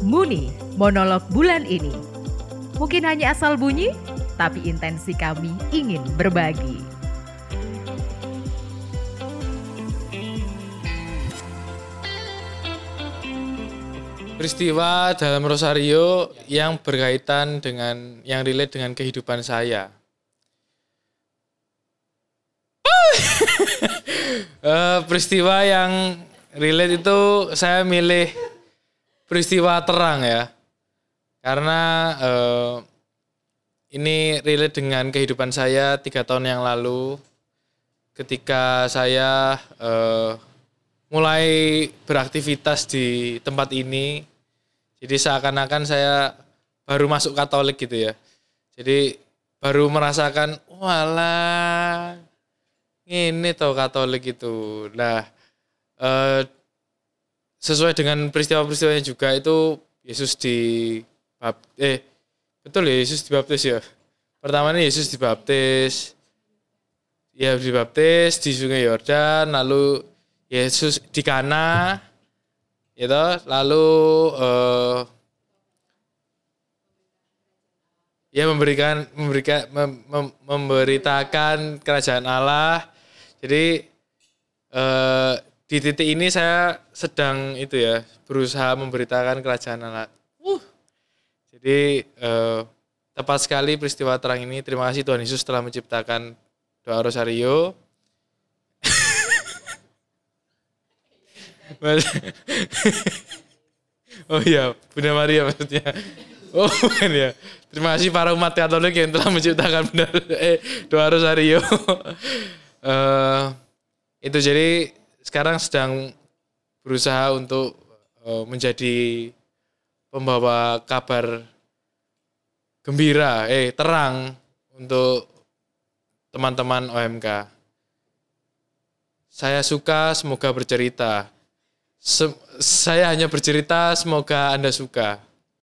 Muni, monolog bulan ini. Mungkin hanya asal bunyi, tapi intensi kami ingin berbagi. Peristiwa dalam Rosario yang berkaitan dengan, yang relate dengan kehidupan saya. Peristiwa yang relate itu saya milih peristiwa terang ya. Karena ini relate dengan kehidupan saya 3 tahun yang lalu. Ketika saya mulai beraktivitas di tempat ini. Jadi seakan-akan saya baru masuk Katolik gitu ya. Jadi baru merasakan, walah, ini toh Katolik itu. Nah, sesuai dengan peristiwa-peristiwanya juga itu Yesus betul ya, Yesus dibaptis ya. Pertama ini Yesus dibaptis. Ya dibaptis di Sungai Yordan, lalu Yesus di Kana. Gitu, lalu ya memberitakan kerajaan Allah. Jadi di titik ini saya sedang itu ya, berusaha memberitakan kerajaan Allah. Jadi tepat sekali peristiwa terang ini. Terima kasih Tuhan Yesus telah menciptakan doa Rosario. Oh iya, Bunda Maria maksudnya. Oh bukan ya. Terima kasih para umat Katolik yang telah menciptakan doa Rosario. Itu jadi sekarang sedang berusaha untuk menjadi pembawa kabar gembira, terang untuk teman-teman OMK. Saya suka, semoga bercerita. Saya hanya bercerita, semoga Anda suka.